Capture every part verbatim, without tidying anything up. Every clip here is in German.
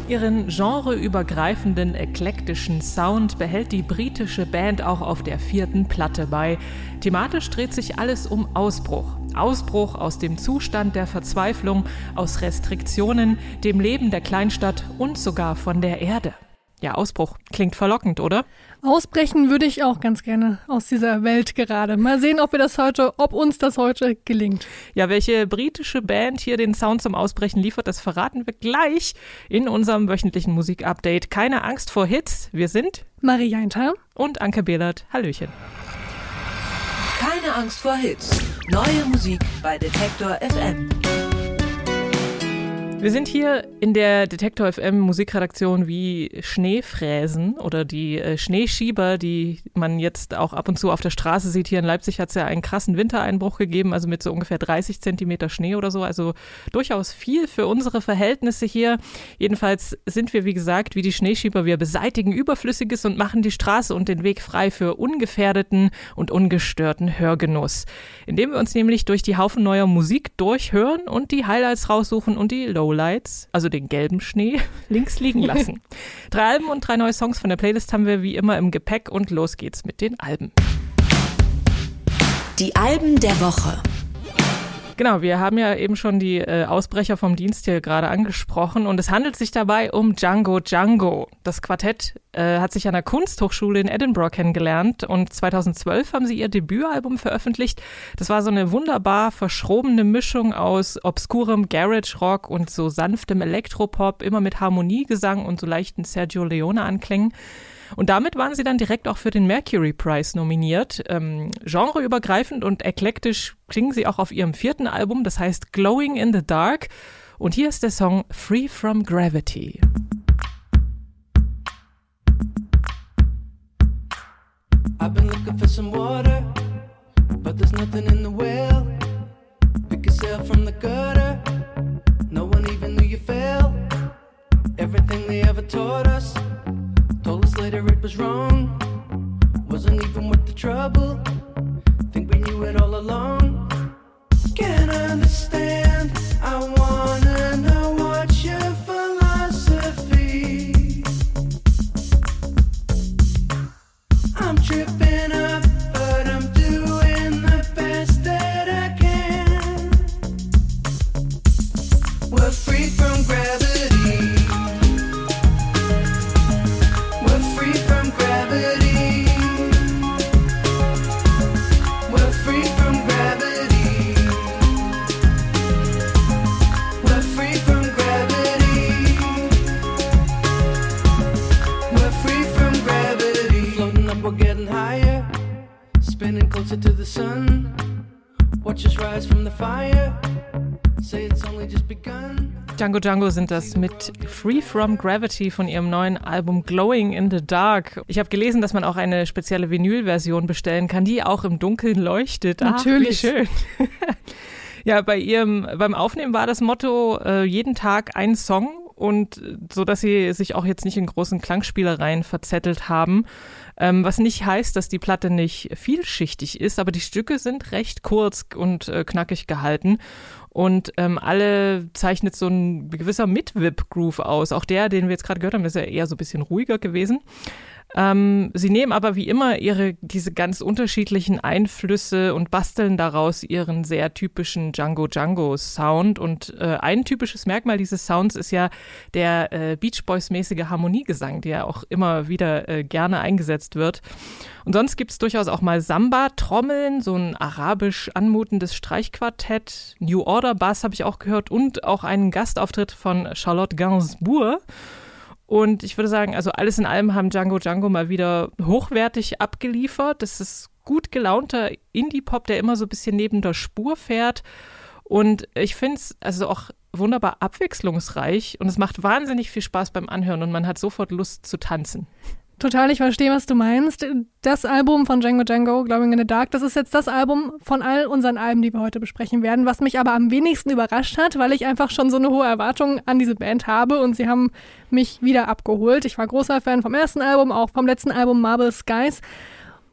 Ihren genreübergreifenden, eklektischen Sound behält die britische Band auch auf der vierten Platte bei. Thematisch dreht sich alles um Ausbruch. Ausbruch aus dem Zustand der Verzweiflung, aus Restriktionen, dem Leben der Kleinstadt und sogar von der Erde. Ja, Ausbruch. Klingt verlockend, oder? Ausbrechen würde ich auch ganz gerne aus dieser Welt gerade. Mal sehen, ob wir das heute, ob uns das heute gelingt. Ja, welche britische Band hier den Sound zum Ausbrechen liefert, das verraten wir gleich in unserem wöchentlichen Musikupdate. Keine Angst vor Hits. Wir sind Marie Jainter und Anke Behlert. Hallöchen. Keine Angst vor Hits. Neue Musik bei Detektor F M. Wir sind hier in der Detektor F M Musikredaktion wie Schneefräsen oder die äh, Schneeschieber, die man jetzt auch ab und zu auf der Straße sieht. Hier in Leipzig hat es ja einen krassen Wintereinbruch gegeben, also mit so ungefähr dreißig Zentimeter Schnee oder so. Also durchaus viel für unsere Verhältnisse hier. Jedenfalls sind wir, wie gesagt, wie die Schneeschieber. Wir beseitigen Überflüssiges und machen die Straße und den Weg frei für ungefährdeten und ungestörten Hörgenuss. Indem wir uns nämlich durch die Haufen neuer Musik durchhören und die Highlights raussuchen und die Lowlights, also den gelben Schnee, links liegen lassen. Drei Alben und drei neue Songs von der Playlist haben wir wie immer im Gepäck und los geht's mit den Alben. Die Alben der Woche. Genau, wir haben ja eben schon die äh, Ausbrecher vom Dienst hier gerade angesprochen und es handelt sich dabei um Django Django. Das Quartett äh, hat sich an der Kunsthochschule in Edinburgh kennengelernt und zweitausendzwölf haben sie ihr Debütalbum veröffentlicht. Das war so eine wunderbar verschrobene Mischung aus obskurem Garage-Rock und so sanftem Elektropop, immer mit Harmoniegesang und so leichten Sergio Leone-Anklängen. Und damit waren sie dann direkt auch für den Mercury Prize nominiert. Ähm, genreübergreifend und eklektisch klingen sie auch auf ihrem vierten Album, das heißt Glowing in the Dark. Und hier ist der Song Free from Gravity. I've been looking for some water, but there's nothing in the well. Pick yourself from the gutter, no one even knew you fell. Everything they ever taught us, told us later it was wrong, wasn't even worth the trouble. Think we knew it all along. Can't understand, I wanna know what's your philosophy. I'm tripping up, but I'm doing the best that I can. We're free from gravity. Spinning closer to the sun. Watch us rise from the fire. Say it's only just begun. Django Django sind das mit Free from Gravity von ihrem neuen Album Glowing in the Dark. Ich habe gelesen, dass man auch eine spezielle Vinyl-Version bestellen kann, die auch im Dunkeln leuchtet. Natürlich. Ach, wie schön. Ja, bei ihrem, beim Aufnehmen war das Motto, äh, jeden Tag ein Song und so, dass sie sich auch jetzt nicht in großen Klangspielereien verzettelt haben. Ähm, was nicht heißt, dass die Platte nicht vielschichtig ist, aber die Stücke sind recht kurz und äh, knackig gehalten. Und ähm, alle zeichnet so ein gewisser Mid-Whip-Groove aus. Auch der, den wir jetzt gerade gehört haben, ist ja eher so ein bisschen ruhiger gewesen. Ähm, sie nehmen aber wie immer ihre diese ganz unterschiedlichen Einflüsse und basteln daraus ihren sehr typischen Django Django Sound. Und äh, ein typisches Merkmal dieses Sounds ist ja der äh, Beach Boys-mäßige Harmoniegesang, der auch immer wieder äh, gerne eingesetzt wird. Und sonst gibt es durchaus auch mal Samba-Trommeln, so ein arabisch anmutendes Streichquartett, New Order Bass habe ich auch gehört und auch einen Gastauftritt von Charlotte Gainsbourg. Und ich würde sagen, also alles in allem haben Django Django mal wieder hochwertig abgeliefert. Das ist gut gelaunter Indie-Pop, der immer so ein bisschen neben der Spur fährt. Und ich finde es also auch wunderbar abwechslungsreich und es macht wahnsinnig viel Spaß beim Anhören und man hat sofort Lust zu tanzen. Total, ich verstehe, was du meinst. Das Album von Django Django, Glowing in the Dark, das ist jetzt das Album von all unseren Alben, die wir heute besprechen werden, was mich aber am wenigsten überrascht hat, weil ich einfach schon so eine hohe Erwartung an diese Band habe und sie haben mich wieder abgeholt. Ich war großer Fan vom ersten Album, auch vom letzten Album Marble Skies.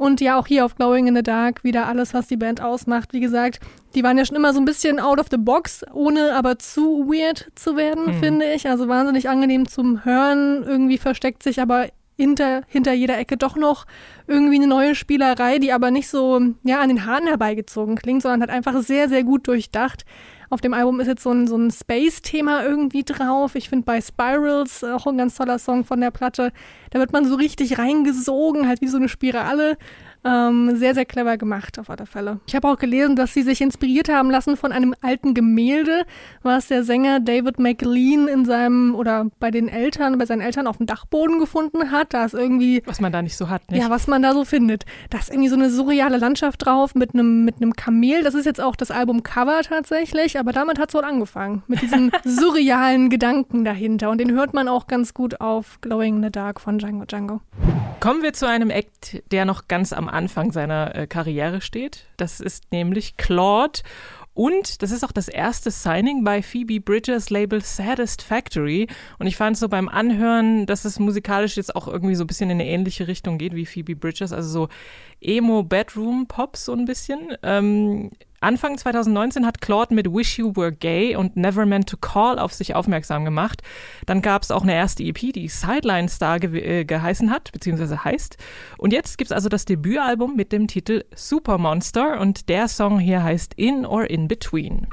Und ja, auch hier auf Glowing in the Dark wieder alles, was die Band ausmacht. Wie gesagt, die waren ja schon immer so ein bisschen out of the box, ohne aber zu weird zu werden, mhm. finde ich. Also wahnsinnig angenehm zum Hören. Irgendwie versteckt sich aber hinter, hinter jeder Ecke doch noch irgendwie eine neue Spielerei, die aber nicht so ja, an den Haaren herbeigezogen klingt, sondern halt einfach sehr, sehr gut durchdacht. Auf dem Album ist jetzt so ein, so ein Space-Thema irgendwie drauf. Ich finde bei Spirals auch ein ganz toller Song von der Platte. Da wird man so richtig reingesogen, halt wie so eine Spirale. Ähm, sehr, sehr clever gemacht auf alle Fälle. Ich habe auch gelesen, dass sie sich inspiriert haben lassen von einem alten Gemälde, was der Sänger David McLean in seinem, oder bei den Eltern, bei seinen Eltern auf dem Dachboden gefunden hat. Da ist irgendwie... Was man da nicht so hat, nicht? Ja, was man da so findet. Da ist irgendwie so eine surreale Landschaft drauf mit einem mit einem Kamel. Das ist jetzt auch das Albumcover tatsächlich, aber damit hat es wohl angefangen. Mit diesen surrealen Gedanken dahinter. Und den hört man auch ganz gut auf Glowing in the Dark von Django Django. Kommen wir zu einem Act, der noch ganz am Anfang seiner äh, Karriere steht. Das ist nämlich Claude. Und das ist auch das erste Signing bei Phoebe Bridgers Label Saddest Factory. Und ich fand so beim Anhören, dass es musikalisch jetzt auch irgendwie so ein bisschen in eine ähnliche Richtung geht wie Phoebe Bridgers. Also so Emo-Bedroom-Pop so ein bisschen. Ähm, Anfang zwanzig neunzehn hat Claude mit Wish You Were Gay und Never Meant to Call auf sich aufmerksam gemacht. Dann gab es auch eine erste E P, die Sideline Star ge- äh, geheißen hat, beziehungsweise heißt. Und jetzt gibt es also das Debütalbum mit dem Titel Super Monster und der Song hier heißt In or In Between.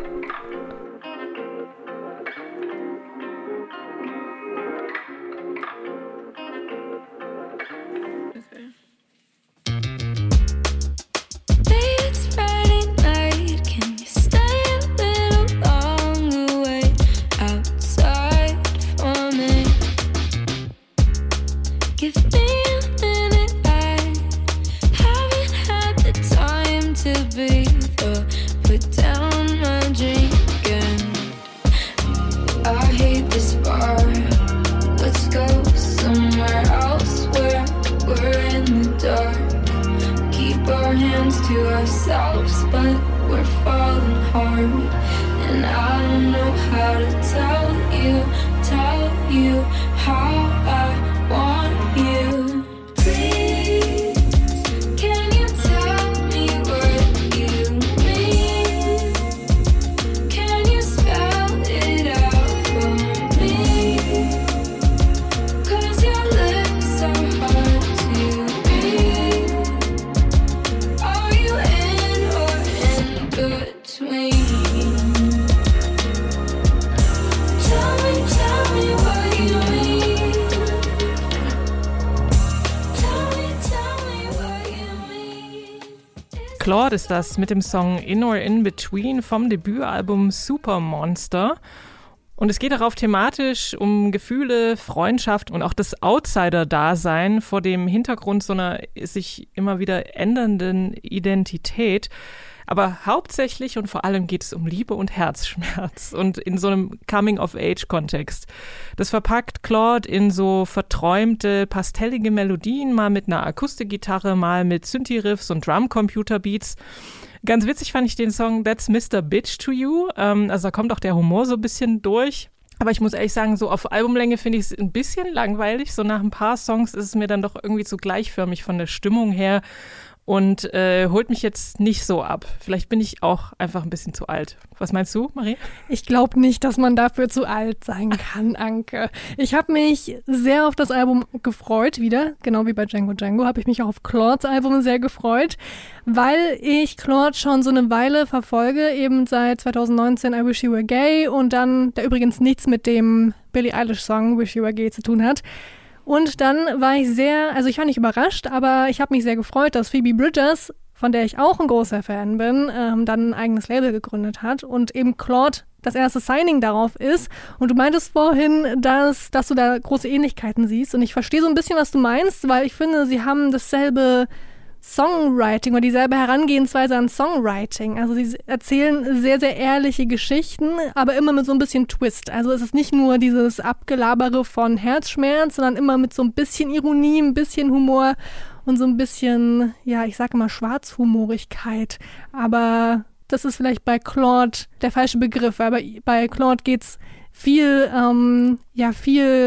Claude ist das mit dem Song In or In Between vom Debütalbum Super Monster. Und es geht darauf thematisch um Gefühle, Freundschaft und auch das Outsider-Dasein vor dem Hintergrund so einer sich immer wieder ändernden Identität. Aber hauptsächlich und vor allem geht es um Liebe und Herzschmerz und in so einem Coming-of-Age-Kontext. Das verpackt Claude in so verträumte, pastellige Melodien, mal mit einer Akustikgitarre, mal mit Synthi-Riffs und Drum-Computer-Beats. Ganz witzig fand ich den Song That's Mister Bitch to You. Ähm, also da kommt auch der Humor so ein bisschen durch. Aber ich muss ehrlich sagen, so auf Albumlänge finde ich es ein bisschen langweilig. So nach ein paar Songs ist es mir dann doch irgendwie zu gleichförmig von der Stimmung her. Und äh, holt mich jetzt nicht so ab. Vielleicht bin ich auch einfach ein bisschen zu alt. Was meinst du, Marie? Ich glaube nicht, dass man dafür zu alt sein kann, Anke. Ich habe mich sehr auf das Album gefreut wieder. Genau wie bei Django Django habe ich mich auch auf Claudes Album sehr gefreut, weil ich Claude schon so eine Weile verfolge, eben seit zwanzig neunzehn I Wish You Were Gay und dann, der übrigens nichts mit dem Billie Eilish-Song Wish You Were Gay zu tun hat. Und dann war ich sehr, also ich war nicht überrascht, aber ich habe mich sehr gefreut, dass Phoebe Bridgers, von der ich auch ein großer Fan bin, ähm, dann ein eigenes Label gegründet hat und eben Claude das erste Signing darauf ist. Und du meintest vorhin, dass, dass du da große Ähnlichkeiten siehst. Und ich verstehe so ein bisschen, was du meinst, weil ich finde, sie haben dasselbe Songwriting oder dieselbe Herangehensweise an Songwriting. Also sie erzählen sehr, sehr ehrliche Geschichten, aber immer mit so ein bisschen Twist. Also es ist nicht nur dieses Abgelabere von Herzschmerz, sondern immer mit so ein bisschen Ironie, ein bisschen Humor und so ein bisschen, ja, ich sage immer Schwarzhumorigkeit. Aber das ist vielleicht bei Claude der falsche Begriff, aber bei Claude geht's viel, ähm, ja, viel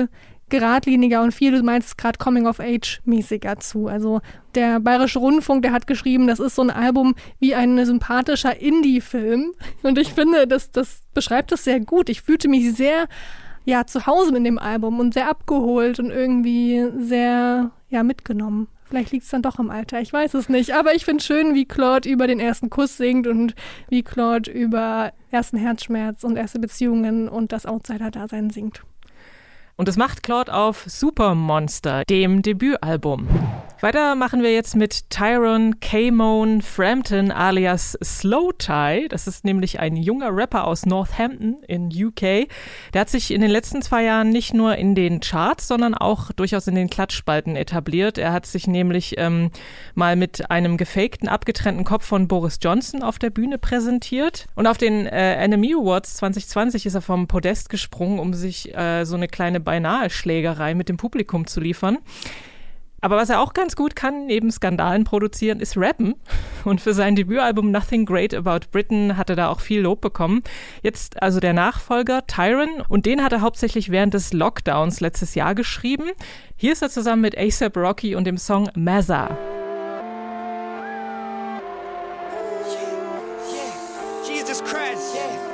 geradliniger und viel, du meinst gerade Coming-of-Age-mäßiger zu. Also der Bayerische Rundfunk, der hat geschrieben, das ist so ein Album wie ein sympathischer Indie-Film. Und ich finde, das, das beschreibt das sehr gut. Ich fühlte mich sehr ja, zu Hause mit dem Album und sehr abgeholt und irgendwie sehr ja, mitgenommen. Vielleicht liegt es dann doch im Alter, ich weiß es nicht. Aber ich finde schön, wie Claude über den ersten Kuss singt und wie Claude über ersten Herzschmerz und erste Beziehungen und das Outsider-Dasein singt. Und das macht Claude auf Super Monster, dem Debütalbum. Weiter machen wir jetzt mit Tyrone K-Moan Frampton alias Slowthai. Das ist nämlich ein junger Rapper aus Northampton in U K. Der hat sich in den letzten zwei Jahren nicht nur in den Charts, sondern auch durchaus in den Klatschspalten etabliert. Er hat sich nämlich ähm, mal mit einem gefakten, abgetrennten Kopf von Boris Johnson auf der Bühne präsentiert. Und auf den äh, N M E Awards zwanzig zwanzig ist er vom Podest gesprungen, um sich äh, so eine kleine beinahe Schlägerei mit dem Publikum zu liefern. Aber was er auch ganz gut kann, neben Skandalen produzieren, ist rappen. Und für sein Debütalbum Nothing Great About Britain hat er da auch viel Lob bekommen. Jetzt also der Nachfolger Tyrone, und den hat er hauptsächlich während des Lockdowns letztes Jahr geschrieben. Hier ist er zusammen mit A$AP Rocky und dem Song Mazza. Jesus Christ,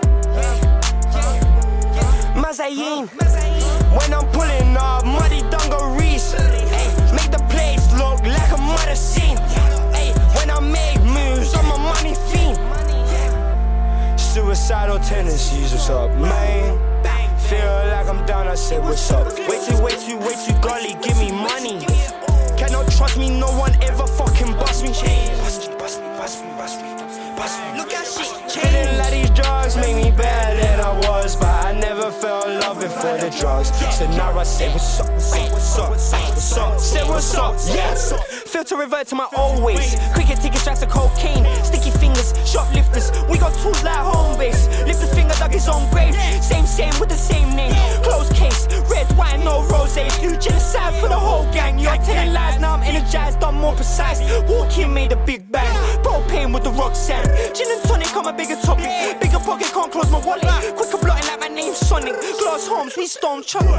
Mazayin, when I'm pulling up muddy dungarees, make the place look like a murder scene. Ay, when I make moves, I'm a money fiend. Suicidal tendencies, what's up, man? Feel like I'm down, I say, what's up? Way too, way too, way too golly, give me money. Cannot trust me, no one ever fucking bust me. Bust me, bust me, bust me, bust me, bust me. Look at shit. Feeling like these drugs make me better than I was, but I never felt love before the drugs. So now I say what's up, say what's up, say what's up, say what's up, yes. Feel to revert to my old ways. Cricket ticket strikes of cocaine, sticky fingers, shoplifters. We got tools like home base. Lift the finger, dug his own grave. Same, same with the same name. Closed case, red wine, no rose. Do genocide for the whole gang. You're telling lies, now I'm energized, I'm more precise. Walking made a big bang. Propane with the rock sand. Gin and tonic, I'm a bigger topic. Bigger pocket, can't close my wallet. Quicker blotting like my name's Sonic. Glass homes, we stone chocolate.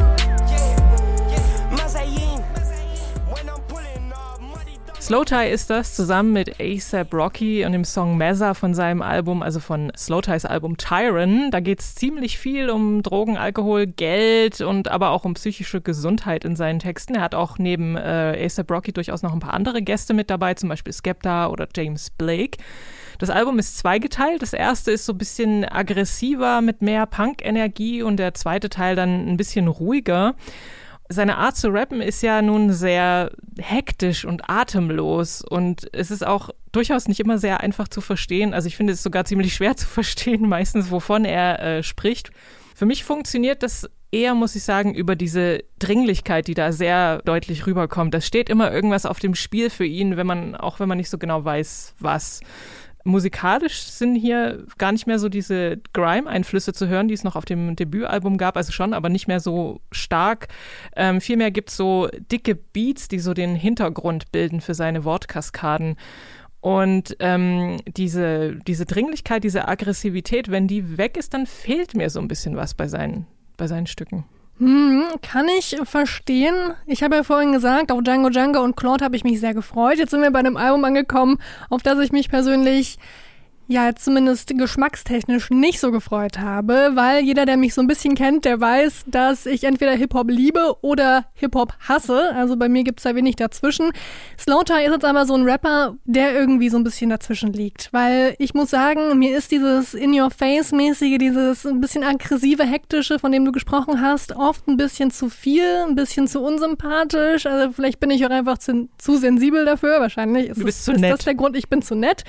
Slowthai ist das, zusammen mit A$AP Rocky und dem Song Mazza von seinem Album, also von Slowthais Album Tyrone. Da geht es ziemlich viel um Drogen, Alkohol, Geld und aber auch um psychische Gesundheit in seinen Texten. Er hat auch neben äh, A$AP Rocky durchaus noch ein paar andere Gäste mit dabei, zum Beispiel Skepta oder James Blake. Das Album ist zweigeteilt. Das erste ist so ein bisschen aggressiver mit mehr Punk-Energie und der zweite Teil dann ein bisschen ruhiger. Seine Art zu rappen ist ja nun sehr hektisch und atemlos und es ist auch durchaus nicht immer sehr einfach zu verstehen. Also ich finde es sogar ziemlich schwer zu verstehen, meistens wovon er äh, spricht. Für mich funktioniert das eher, muss ich sagen, über diese Dringlichkeit, die da sehr deutlich rüberkommt. Es steht immer irgendwas auf dem Spiel für ihn, wenn man, auch wenn man nicht so genau weiß, was. Musikalisch sind hier gar nicht mehr so diese Grime-Einflüsse zu hören, die es noch auf dem Debütalbum gab, also schon, aber nicht mehr so stark. Ähm, vielmehr gibt es so dicke Beats, die so den Hintergrund bilden für seine Wortkaskaden. Und ähm, diese, diese Dringlichkeit, diese Aggressivität, wenn die weg ist, dann fehlt mir so ein bisschen was bei seinen, bei seinen Stücken. Hm, kann ich verstehen. Ich habe ja vorhin gesagt, auf Django Django und Claude habe ich mich sehr gefreut. Jetzt sind wir bei einem Album angekommen, auf das ich mich persönlich ja zumindest geschmackstechnisch nicht so gefreut habe, weil jeder, der mich so ein bisschen kennt, der weiß, dass ich entweder Hip-Hop liebe oder Hip-Hop hasse. Also bei mir gibt's da wenig dazwischen. Slowthai ist jetzt aber so ein Rapper, der irgendwie so ein bisschen dazwischen liegt, weil ich muss sagen, mir ist dieses In-Your-Face-mäßige, dieses ein bisschen aggressive, hektische, von dem du gesprochen hast, oft ein bisschen zu viel, ein bisschen zu unsympathisch. Also vielleicht bin ich auch einfach zu, zu sensibel dafür. Wahrscheinlich ist, du bist es, zu ist nett. das der Grund, ich bin zu nett.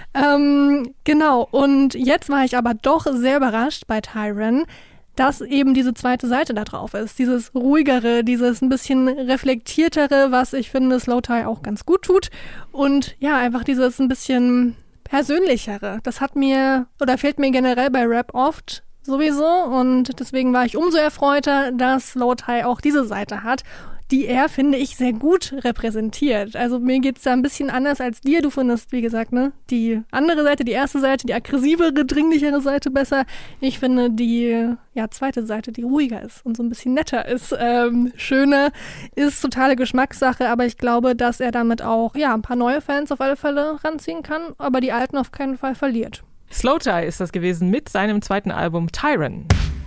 Ähm, genau, und jetzt war ich aber doch sehr überrascht bei Tyrone, dass eben diese zweite Seite da drauf ist. Dieses ruhigere, dieses ein bisschen reflektiertere, was ich finde Slowthai auch ganz gut tut. Und ja, einfach dieses ein bisschen persönlichere. Das hat mir, oder fehlt mir generell bei Rap oft sowieso. Und deswegen war ich umso erfreuter, dass Slowthai auch diese Seite hat, die er, finde ich, sehr gut repräsentiert. Also mir geht's da ein bisschen anders als dir. Du findest, wie gesagt, ne, die andere Seite, die erste Seite, die aggressivere, dringlichere Seite besser. Ich finde die ja, zweite Seite, die ruhiger ist und so ein bisschen netter ist, ähm, schöner, ist totale Geschmackssache, aber ich glaube, dass er damit auch ja, ein paar neue Fans auf alle Fälle ranziehen kann, aber die alten auf keinen Fall verliert. Slowthai ist das gewesen mit seinem zweiten Album Tyran.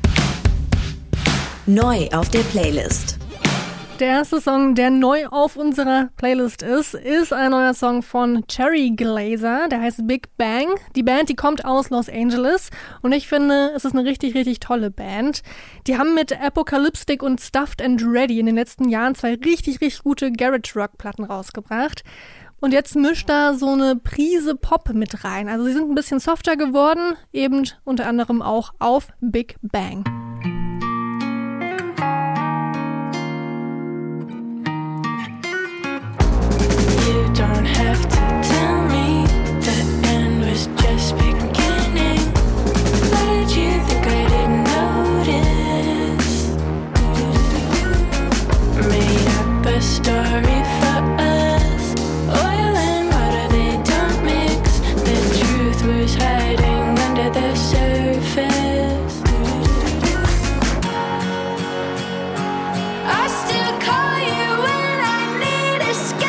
Neu auf der Playlist. Der erste Song, der neu auf unserer Playlist ist, ist ein neuer Song von Cherry Glazerr, der heißt Big Bang. Die Band, die kommt aus Los Angeles und ich finde, es ist eine richtig, richtig tolle Band. Die haben mit Apocalyptic und Stuffed and Ready in den letzten Jahren zwei richtig, richtig gute Garage-Rock-Platten rausgebracht. Und jetzt mischt da so eine Prise Pop mit rein. Also sie sind ein bisschen softer geworden, eben unter anderem auch auf Big Bang. Don't have to tell me the end was just beginning. Why did you think I didn't notice? Made up a story for us. Oil and water, they don't mix. The truth was hiding under the surface. I still call you when I need escape.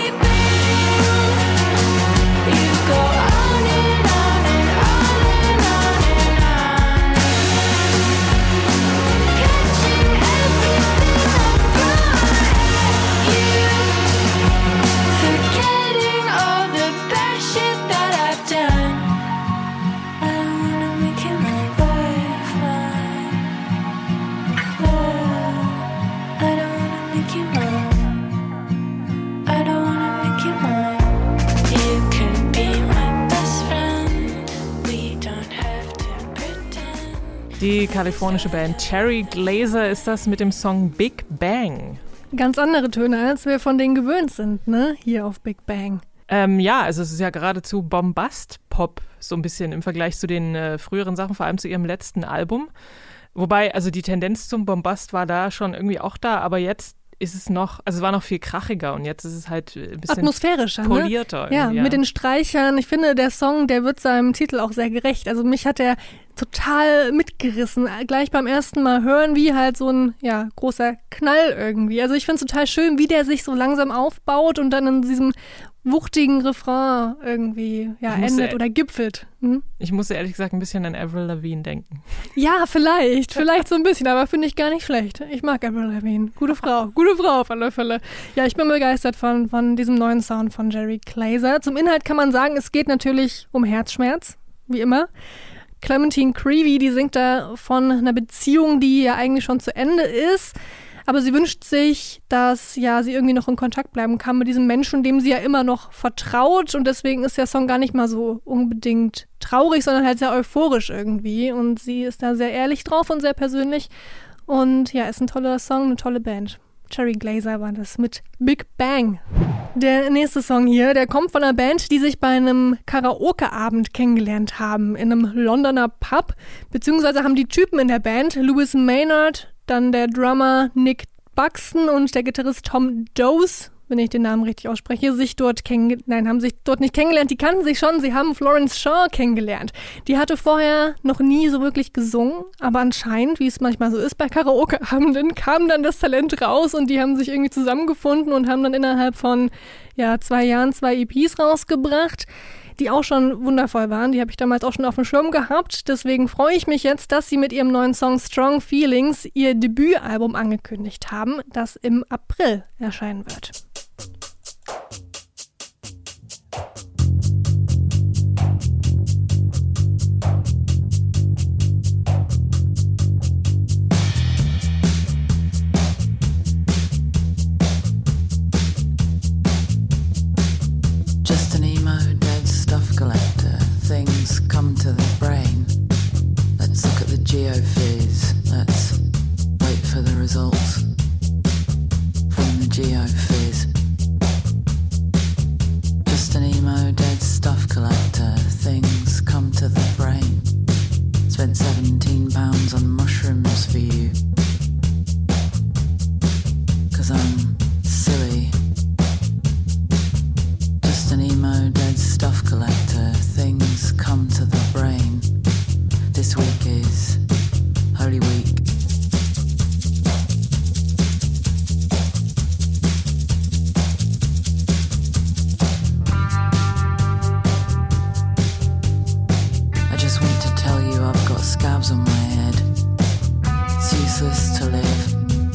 Die kalifornische Band Cherry Glazerr ist das mit dem Song Big Bang. Ganz andere Töne, als wir von denen gewöhnt sind, ne? Hier auf Big Bang. Ähm, ja, also es ist ja geradezu Bombast-Pop, so ein bisschen im Vergleich zu den äh, früheren Sachen, vor allem zu ihrem letzten Album. Wobei, also die Tendenz zum Bombast war da schon irgendwie auch da, aber jetzt ist es noch, also es war noch viel krachiger und jetzt ist es halt ein bisschen atmosphärischer, polierter. Ne? Ja, ja, mit den Streichern. Ich finde, der Song, der wird seinem Titel auch sehr gerecht. Also mich hat er total mitgerissen. Gleich beim ersten Mal hören, wie halt so ein ja, großer Knall irgendwie. Also ich finde es total schön, wie der sich so langsam aufbaut und dann in diesem wuchtigen Refrain irgendwie ja, endet oder gipfelt. Hm? Ich musste ehrlich gesagt ein bisschen an Avril Lavigne denken. Ja, vielleicht. Vielleicht so ein bisschen, aber finde ich gar nicht schlecht. Ich mag Avril Lavigne. Gute Frau. Gute Frau auf alle Fälle. Ja, ich bin begeistert von, von diesem neuen Sound von Cherry Glazerr. Zum Inhalt kann man sagen, es geht natürlich um Herzschmerz, wie immer. Clementine Creevy, die singt da von einer Beziehung, die ja eigentlich schon zu Ende ist. Aber sie wünscht sich, dass ja sie irgendwie noch in Kontakt bleiben kann mit diesem Menschen, dem sie ja immer noch vertraut. Und deswegen ist der Song gar nicht mal so unbedingt traurig, sondern halt sehr euphorisch irgendwie. Und sie ist da sehr ehrlich drauf und sehr persönlich. Und ja, ist ein toller Song, eine tolle Band. Cherry Glazerr war das mit Big Bang. Der nächste Song hier, der kommt von einer Band, die sich bei einem Karaoke-Abend kennengelernt haben, in einem Londoner Pub. Beziehungsweise haben die Typen in der Band, Lewis Maynard, dann der Drummer Nick Buxton und der Gitarrist Tom Dose, wenn ich den Namen richtig ausspreche, sich dort kennengelernt, nein, haben sich dort nicht kennengelernt, die kannten sich schon, sie haben Florence Shaw kennengelernt. Die hatte vorher noch nie so wirklich gesungen, aber anscheinend, wie es manchmal so ist bei Karaoke-Abenden, kam dann das Talent raus und die haben sich irgendwie zusammengefunden und haben dann innerhalb von ja, zwei Jahren zwei E Ps rausgebracht, die auch schon wundervoll waren. Die habe ich damals auch schon auf dem Schirm gehabt. Deswegen freue ich mich jetzt, dass sie mit ihrem neuen Song Strong Feelings ihr Debütalbum angekündigt haben, das im April erscheinen wird. Things come to the brain. Let's look at the geophys. Let's wait for the results from the geophys. is this to live?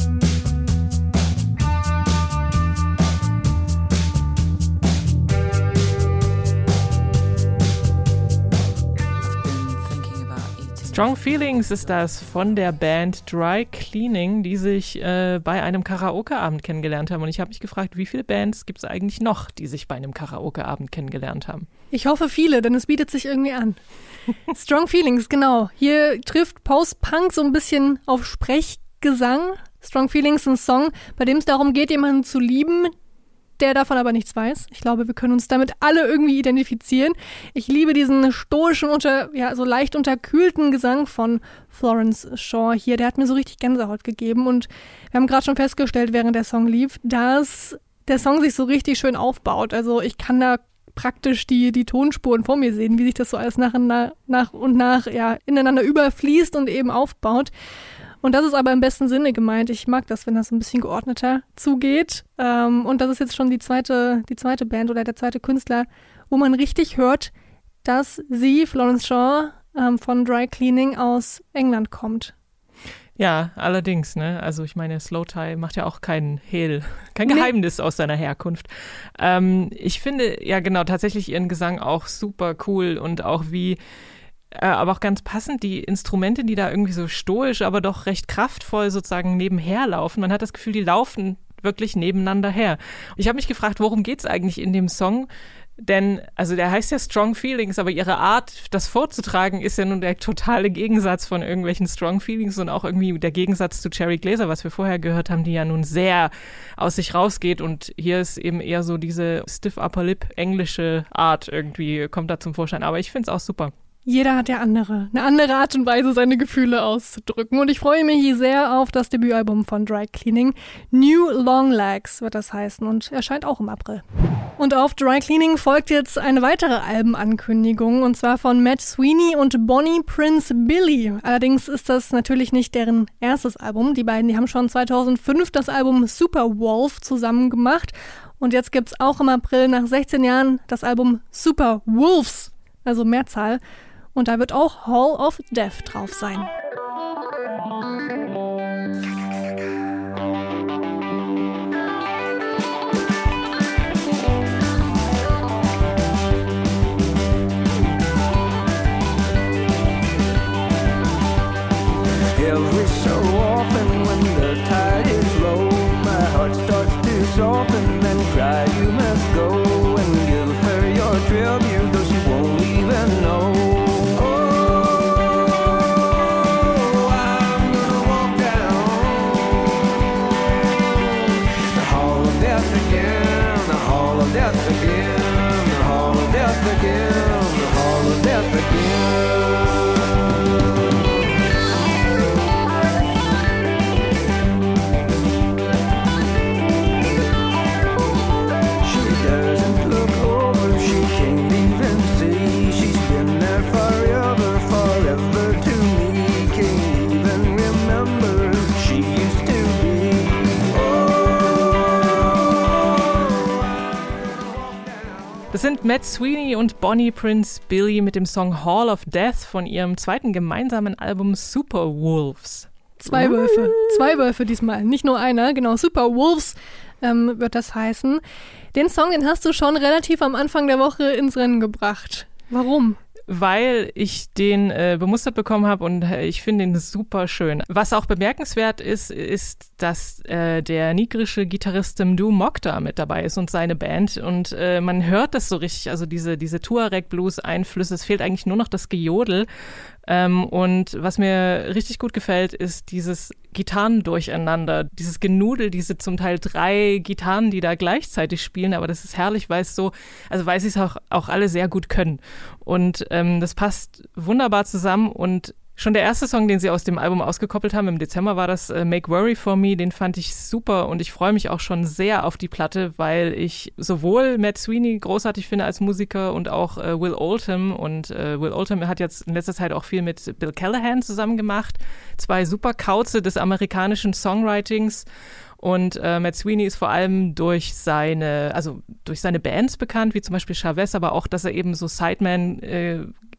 Strong Feelings ist das von der Band Dry Cleaning, die sich äh, bei einem Karaoke-Abend kennengelernt haben. Und ich habe mich gefragt, wie viele Bands gibt es eigentlich noch, die sich bei einem Karaoke-Abend kennengelernt haben? Ich hoffe viele, denn es bietet sich irgendwie an. Strong Feelings, genau. Hier trifft Post-Punk so ein bisschen auf Sprechgesang. Strong Feelings, ein Song, bei dem es darum geht, jemanden zu lieben, der davon aber nichts weiß. Ich glaube, wir können uns damit alle irgendwie identifizieren. Ich liebe diesen stoischen, unter, ja, so leicht unterkühlten Gesang von Florence Shaw hier. Der hat mir so richtig Gänsehaut gegeben. Und wir haben gerade schon festgestellt, während der Song lief, dass der Song sich so richtig schön aufbaut. Also ich kann da praktisch die, die Tonspuren vor mir sehen, wie sich das so alles nach und nach, nach, und nach ja, ineinander überfließt und eben aufbaut. Und das ist aber im besten Sinne gemeint. Ich mag das, wenn das ein bisschen geordneter zugeht. Ähm, und das ist jetzt schon die zweite, die zweite Band oder der zweite Künstler, wo man richtig hört, dass sie, Florence Shaw, ähm, von Dry Cleaning aus England kommt. Ja, allerdings, ne? Also ich meine, Slowthai macht ja auch kein Hehl, kein Geheimnis nee. aus seiner Herkunft. Ähm, ich finde ja genau tatsächlich ihren Gesang auch super cool und auch wie Äh, aber auch ganz passend, die Instrumente, die da irgendwie so stoisch, aber doch recht kraftvoll sozusagen nebenher laufen. Man hat das Gefühl, die laufen wirklich nebeneinander her. Und ich habe mich gefragt, worum geht es eigentlich in dem Song? Denn, also der heißt ja Strong Feelings, aber ihre Art, das vorzutragen, ist ja nun der totale Gegensatz von irgendwelchen Strong Feelings und auch irgendwie der Gegensatz zu Cherry Glazer, was wir vorher gehört haben, die ja nun sehr aus sich rausgeht. Und hier ist eben eher so diese Stiff Upper Lip englische Art irgendwie, kommt da zum Vorschein. Aber ich finde es auch super. Jeder hat ja andere, eine andere Art und Weise, seine Gefühle auszudrücken. Und ich freue mich hier sehr auf das Debütalbum von Dry Cleaning. New Long Legs wird das heißen und erscheint auch im April. Und auf Dry Cleaning folgt jetzt eine weitere Albenankündigung, und zwar von Matt Sweeney und Bonnie Prince Billy. Allerdings ist das natürlich nicht deren erstes Album. Die beiden, die haben schon zweitausendfünf das Album Super Wolf zusammen gemacht. Und jetzt gibt's auch im April nach sechzehn Jahren das Album Super Wolves, also Mehrzahl. Und da wird auch Hall of Death drauf sein. Every so often when the tide is low, my heart starts to soften and cry you must go and give her your tribute, though she won't even know. Death again, the hall of death again, the hall of death again. She doesn't look over, she can't even see. She's been there forever, forever to me. Can't even remember who she used to be. Das sind Matt Sweeney und Bonnie Prince Billy mit dem Song Hall of Death von ihrem zweiten gemeinsamen Album Super Wolves. Zwei Wölfe, zwei Wölfe diesmal, nicht nur einer, genau, Super Wolves ähm, wird das heißen. Den Song, den hast du schon relativ am Anfang der Woche ins Rennen gebracht. Warum? Weil ich den äh, bemustert bekommen habe und äh, ich finde ihn super schön. Was auch bemerkenswert ist, ist, dass äh, der nigrische Gitarrist Mdou Mokta mit dabei ist und seine Band und äh, man hört das so richtig, also diese, diese Tuareg-Blues-Einflüsse, es fehlt eigentlich nur noch das Gejodel. Ähm, und was mir richtig gut gefällt, ist dieses Gitarrendurcheinander, dieses Genudel, diese zum Teil drei Gitarren, die da gleichzeitig spielen, aber das ist herrlich, weil es so, also weil sie es auch, auch alle sehr gut können. Und ähm, das passt wunderbar zusammen und schon der erste Song, den sie aus dem Album ausgekoppelt haben, im Dezember war das äh, Make Worry For Me, den fand ich super und ich freue mich auch schon sehr auf die Platte, weil ich sowohl Matt Sweeney großartig finde als Musiker und auch äh, Will Oldham und äh, Will Oldham hat jetzt in letzter Zeit auch viel mit Bill Callahan zusammen gemacht, zwei super Kauze des amerikanischen Songwritings. Und äh, Matt Sweeney ist vor allem durch seine, also durch seine Bands bekannt, wie zum Beispiel Chavez, aber auch, dass er eben so Sideman äh,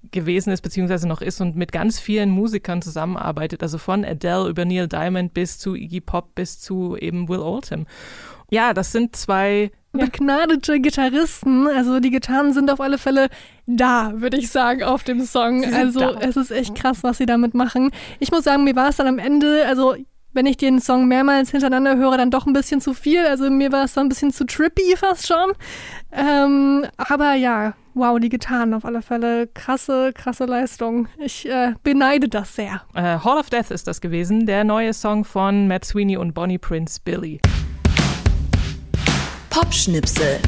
gewesen ist, beziehungsweise noch ist und mit ganz vielen Musikern zusammenarbeitet, also von Adele über Neil Diamond bis zu Iggy Pop bis zu eben Will Oldham. Ja, das sind zwei begnadete Gitarristen, also die Gitarren sind auf alle Fälle da, würde ich sagen, auf dem Song. Also da. Es ist echt krass, was sie damit machen. Ich muss sagen, mir war es dann am Ende, also wenn ich den Song mehrmals hintereinander höre, dann doch ein bisschen zu viel. Also mir war es dann ein bisschen zu trippy fast schon. Ähm, aber ja, wow, die Gitarren auf alle Fälle. Krasse, krasse Leistung. Ich äh, beneide das sehr. Äh, Hall of Death ist das gewesen, der neue Song von Matt Sweeney und Bonnie Prince Billy. Popschnipsel.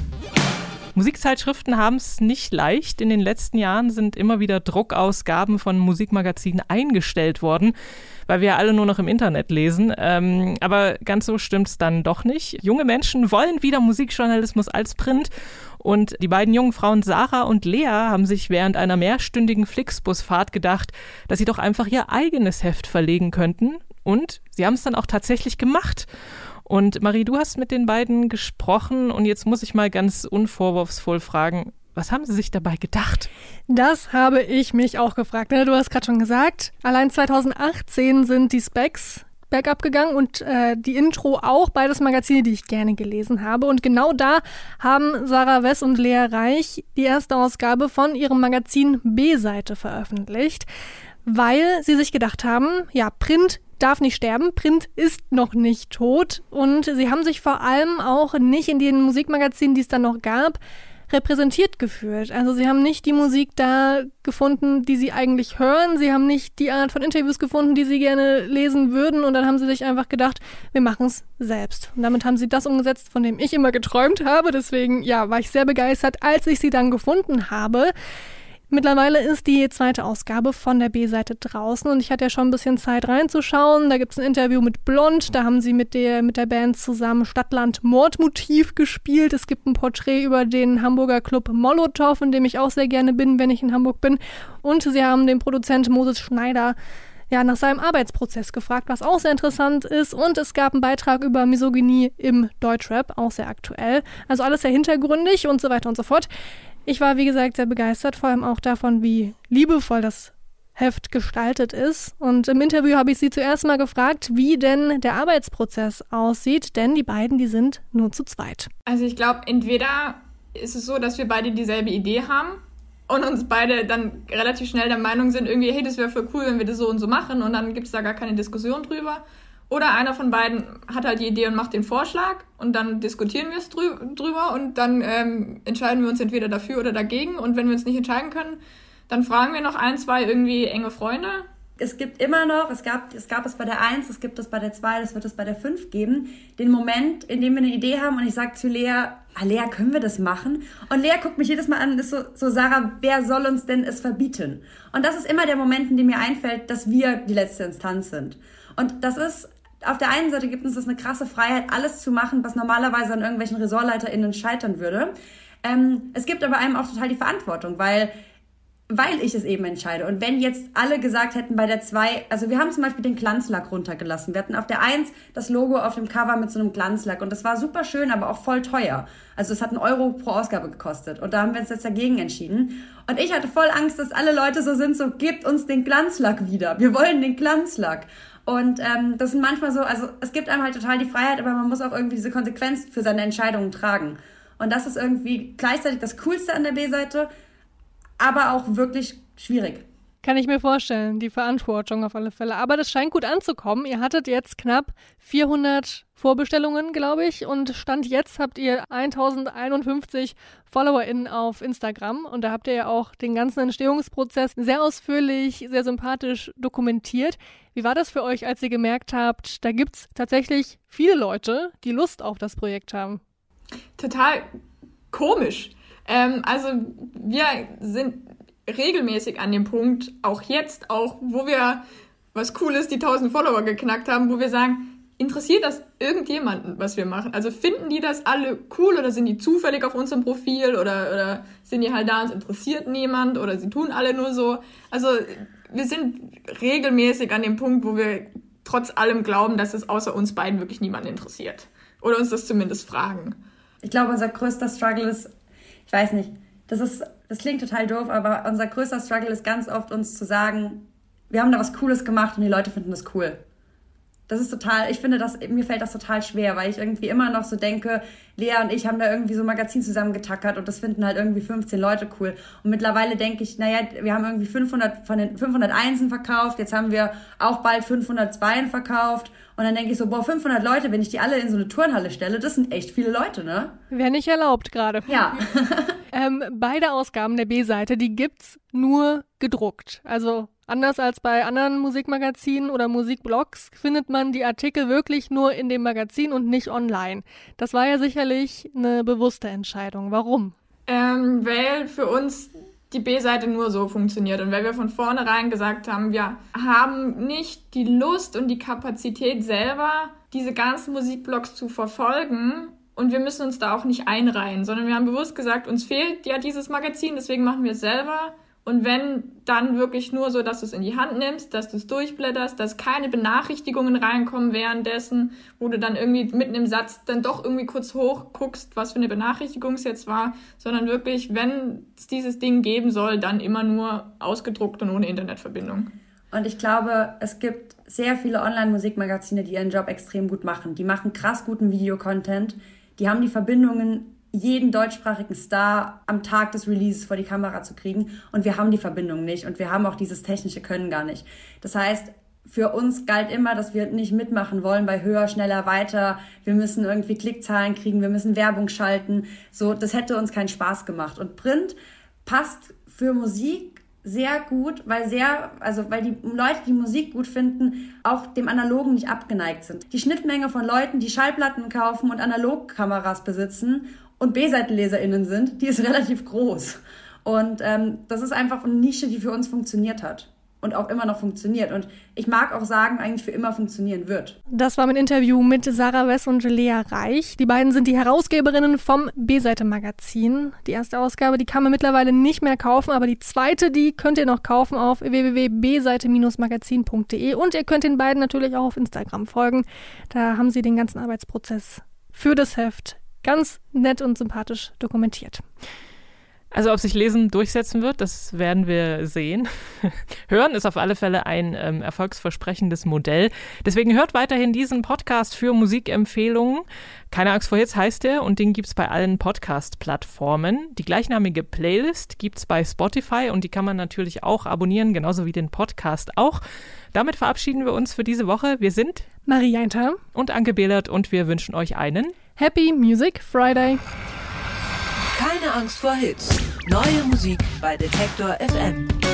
Musikzeitschriften haben es nicht leicht. In den letzten Jahren sind immer wieder Druckausgaben von Musikmagazinen eingestellt worden, weil wir alle nur noch im Internet lesen. Ähm, aber ganz so stimmt es dann doch nicht. Junge Menschen wollen wieder Musikjournalismus als Print. Und die beiden jungen Frauen Sarah und Lea haben sich während einer mehrstündigen Flixbusfahrt gedacht, dass sie doch einfach ihr eigenes Heft verlegen könnten. Und sie haben es dann auch tatsächlich gemacht. Und Marie, du hast mit den beiden gesprochen und jetzt muss ich mal ganz unvorwurfsvoll fragen, was haben sie sich dabei gedacht? Das habe ich mich auch gefragt. Du hast gerade schon gesagt, allein zweitausendachtzehn sind die Specs bergab gegangen und äh, die Intro auch, beides Magazine, die ich gerne gelesen habe. Und genau da haben Sarah Wess und Lea Reich die erste Ausgabe von ihrem Magazin B-Seite veröffentlicht, weil sie sich gedacht haben, ja, Print darf nicht sterben, Print ist noch nicht tot und sie haben sich vor allem auch nicht in den Musikmagazinen, die es dann noch gab, repräsentiert gefühlt. Also sie haben nicht die Musik da gefunden, die sie eigentlich hören, sie haben nicht die Art von Interviews gefunden, die sie gerne lesen würden und dann haben sie sich einfach gedacht, wir machen es selbst. Und damit haben sie das umgesetzt, von dem ich immer geträumt habe, deswegen ja, war ich sehr begeistert, als ich sie dann gefunden habe. Mittlerweile ist die zweite Ausgabe von der B-Seite draußen und ich hatte ja schon ein bisschen Zeit reinzuschauen. Da gibt es ein Interview mit Blond, da haben sie mit der, mit der Band zusammen Stadtland Mordmotiv gespielt. Es gibt ein Porträt über den Hamburger Club Molotow, in dem ich auch sehr gerne bin, wenn ich in Hamburg bin. Und sie haben den Produzent Moses Schneider ja, nach seinem Arbeitsprozess gefragt, was auch sehr interessant ist. Und es gab einen Beitrag über Misogynie im Deutschrap, auch sehr aktuell. Also alles sehr hintergründig und so weiter und so fort. Ich war, wie gesagt, sehr begeistert, vor allem auch davon, wie liebevoll das Heft gestaltet ist. Und im Interview habe ich sie zuerst mal gefragt, wie denn der Arbeitsprozess aussieht, denn die beiden, die sind nur zu zweit. Also ich glaube, entweder ist es so, dass wir beide dieselbe Idee haben und uns beide dann relativ schnell der Meinung sind, irgendwie, hey, das wäre voll cool, wenn wir das so und so machen und dann gibt es da gar keine Diskussion drüber. Oder einer von beiden hat halt die Idee und macht den Vorschlag und dann diskutieren wir es drü- drüber und dann ähm, entscheiden wir uns entweder dafür oder dagegen. Und wenn wir uns nicht entscheiden können, dann fragen wir noch ein, zwei irgendwie enge Freunde. Es gibt immer noch, es gab, es gab es bei der eins, es gibt es bei der zwei, das wird es bei der fünf geben, den Moment, in dem wir eine Idee haben und ich sage zu Lea, ah Lea, können wir das machen? Und Lea guckt mich jedes Mal an und ist so, so, Sarah, wer soll uns denn es verbieten? Und das ist immer der Moment, in dem mir einfällt, dass wir die letzte Instanz sind. Und das ist, auf der einen Seite gibt uns das eine krasse Freiheit, alles zu machen, was normalerweise an irgendwelchen RessortleiterInnen scheitern würde. Ähm, es gibt aber einem auch total die Verantwortung, weil weil ich es eben entscheide. Und wenn jetzt alle gesagt hätten bei der zwei, also wir haben zum Beispiel den Glanzlack runtergelassen. Wir hatten auf der eins das Logo auf dem Cover mit so einem Glanzlack und das war super schön, aber auch voll teuer. Also es hat einen Euro pro Ausgabe gekostet und da haben wir uns jetzt dagegen entschieden. Und ich hatte voll Angst, dass alle Leute so sind, so gebt uns den Glanzlack wieder. Wir wollen den Glanzlack. Und ähm, das sind manchmal so, also es gibt einem halt total die Freiheit, aber man muss auch irgendwie diese Konsequenz für seine Entscheidungen tragen. Und das ist irgendwie gleichzeitig das Coolste an der B-Seite, aber auch wirklich schwierig. Kann ich mir vorstellen, die Verantwortung auf alle Fälle. Aber das scheint gut anzukommen. Ihr hattet jetzt knapp vierhundert Vorbestellungen, glaube ich. Und Stand jetzt habt ihr tausendeinundfünfzig FollowerInnen auf Instagram. Und da habt ihr ja auch den ganzen Entstehungsprozess sehr ausführlich, sehr sympathisch dokumentiert. Wie war das für euch, als ihr gemerkt habt, da gibt es tatsächlich viele Leute, die Lust auf das Projekt haben? Total komisch. Ähm, also wir sind regelmäßig an dem Punkt, auch jetzt, auch wo wir was Cooles, die tausend Follower geknackt haben, wo wir sagen, interessiert das irgendjemanden, was wir machen? Also finden die das alle cool oder sind die zufällig auf unserem Profil oder, oder sind die halt da und es interessiert niemand oder sie tun alle nur so? Also wir sind regelmäßig an dem Punkt, wo wir trotz allem glauben, dass es außer uns beiden wirklich niemanden interessiert. Oder uns das zumindest fragen. Ich glaube, unser größter Struggle ist, ich weiß nicht, Das ist, das klingt total doof, aber unser größter Struggle ist ganz oft uns zu sagen, wir haben da was Cooles gemacht und die Leute finden das cool. Das ist total, ich finde, das, mir fällt das total schwer, weil ich irgendwie immer noch so denke, Lea und ich haben da irgendwie so ein Magazin zusammengetackert und das finden halt irgendwie fünfzehn Leute cool. Und mittlerweile denke ich, naja, wir haben irgendwie fünfhundert von den fünfhundert Einsen verkauft, jetzt haben wir auch bald fünfhundert Zweien verkauft und dann denke ich so, boah, fünfhundert Leute, wenn ich die alle in so eine Turnhalle stelle, das sind echt viele Leute, ne? Wäre nicht erlaubt gerade. Ja. ähm, beide Ausgaben der B-Seite, die gibt's nur gedruckt. Also anders als bei anderen Musikmagazinen oder Musikblogs findet man die Artikel wirklich nur in dem Magazin und nicht online. Das war ja sicherlich eine bewusste Entscheidung. Warum? Ähm, weil für uns die B-Seite nur so funktioniert und weil wir von vornherein gesagt haben, wir haben nicht die Lust und die Kapazität selber, diese ganzen Musikblogs zu verfolgen und wir müssen uns da auch nicht einreihen, sondern wir haben bewusst gesagt, uns fehlt ja dieses Magazin, deswegen machen wir es selber. Und wenn, dann wirklich nur so, dass du es in die Hand nimmst, dass du es durchblätterst, dass keine Benachrichtigungen reinkommen währenddessen, wo du dann irgendwie mitten im Satz dann doch irgendwie kurz hochguckst, was für eine Benachrichtigung es jetzt war, sondern wirklich, wenn es dieses Ding geben soll, dann immer nur ausgedruckt und ohne Internetverbindung. Und ich glaube, es gibt sehr viele Online-Musikmagazine, die ihren Job extrem gut machen. Die machen krass guten Videocontent, die haben die Verbindungen, jeden deutschsprachigen Star am Tag des Releases vor die Kamera zu kriegen. Und wir haben die Verbindung nicht und wir haben auch dieses technische Können gar nicht. Das heißt, für uns galt immer, dass wir nicht mitmachen wollen bei höher, schneller, weiter. Wir müssen irgendwie Klickzahlen kriegen, wir müssen Werbung schalten. So, das hätte uns keinen Spaß gemacht. Und Print passt für Musik sehr gut, weil sehr, also weil die Leute, die Musik gut finden, auch dem Analogen nicht abgeneigt sind. Die Schnittmenge von Leuten, die Schallplatten kaufen und Analogkameras besitzen und B-SeitenleserInnen sind, die ist relativ groß. Und ähm, das ist einfach eine Nische, die für uns funktioniert hat und auch immer noch funktioniert. Und ich mag auch sagen, eigentlich für immer funktionieren wird. Das war mein Interview mit Sarah Wess und Lea Reich. Die beiden sind die Herausgeberinnen vom B-Seite-Magazin. Die erste Ausgabe, die kann man mittlerweile nicht mehr kaufen, aber die zweite, die könnt ihr noch kaufen auf w w w punkt b seite magazin punkt d e und ihr könnt den beiden natürlich auch auf Instagram folgen. Da haben sie den ganzen Arbeitsprozess für das Heft ganz nett und sympathisch dokumentiert. Also ob sich Lesen durchsetzen wird, das werden wir sehen. Hören ist auf alle Fälle ein ähm, erfolgsversprechendes Modell. Deswegen hört weiterhin diesen Podcast für Musikempfehlungen. Keine Angst vor Hits heißt der und den gibt's bei allen Podcast-Plattformen. Die gleichnamige Playlist gibt's bei Spotify und die kann man natürlich auch abonnieren, genauso wie den Podcast auch. Damit verabschieden wir uns für diese Woche. Wir sind Marie Jainter und Anke Behlert und wir wünschen euch einen Happy Music Friday. Keine Angst vor Hits. Neue Musik bei Detektor F M.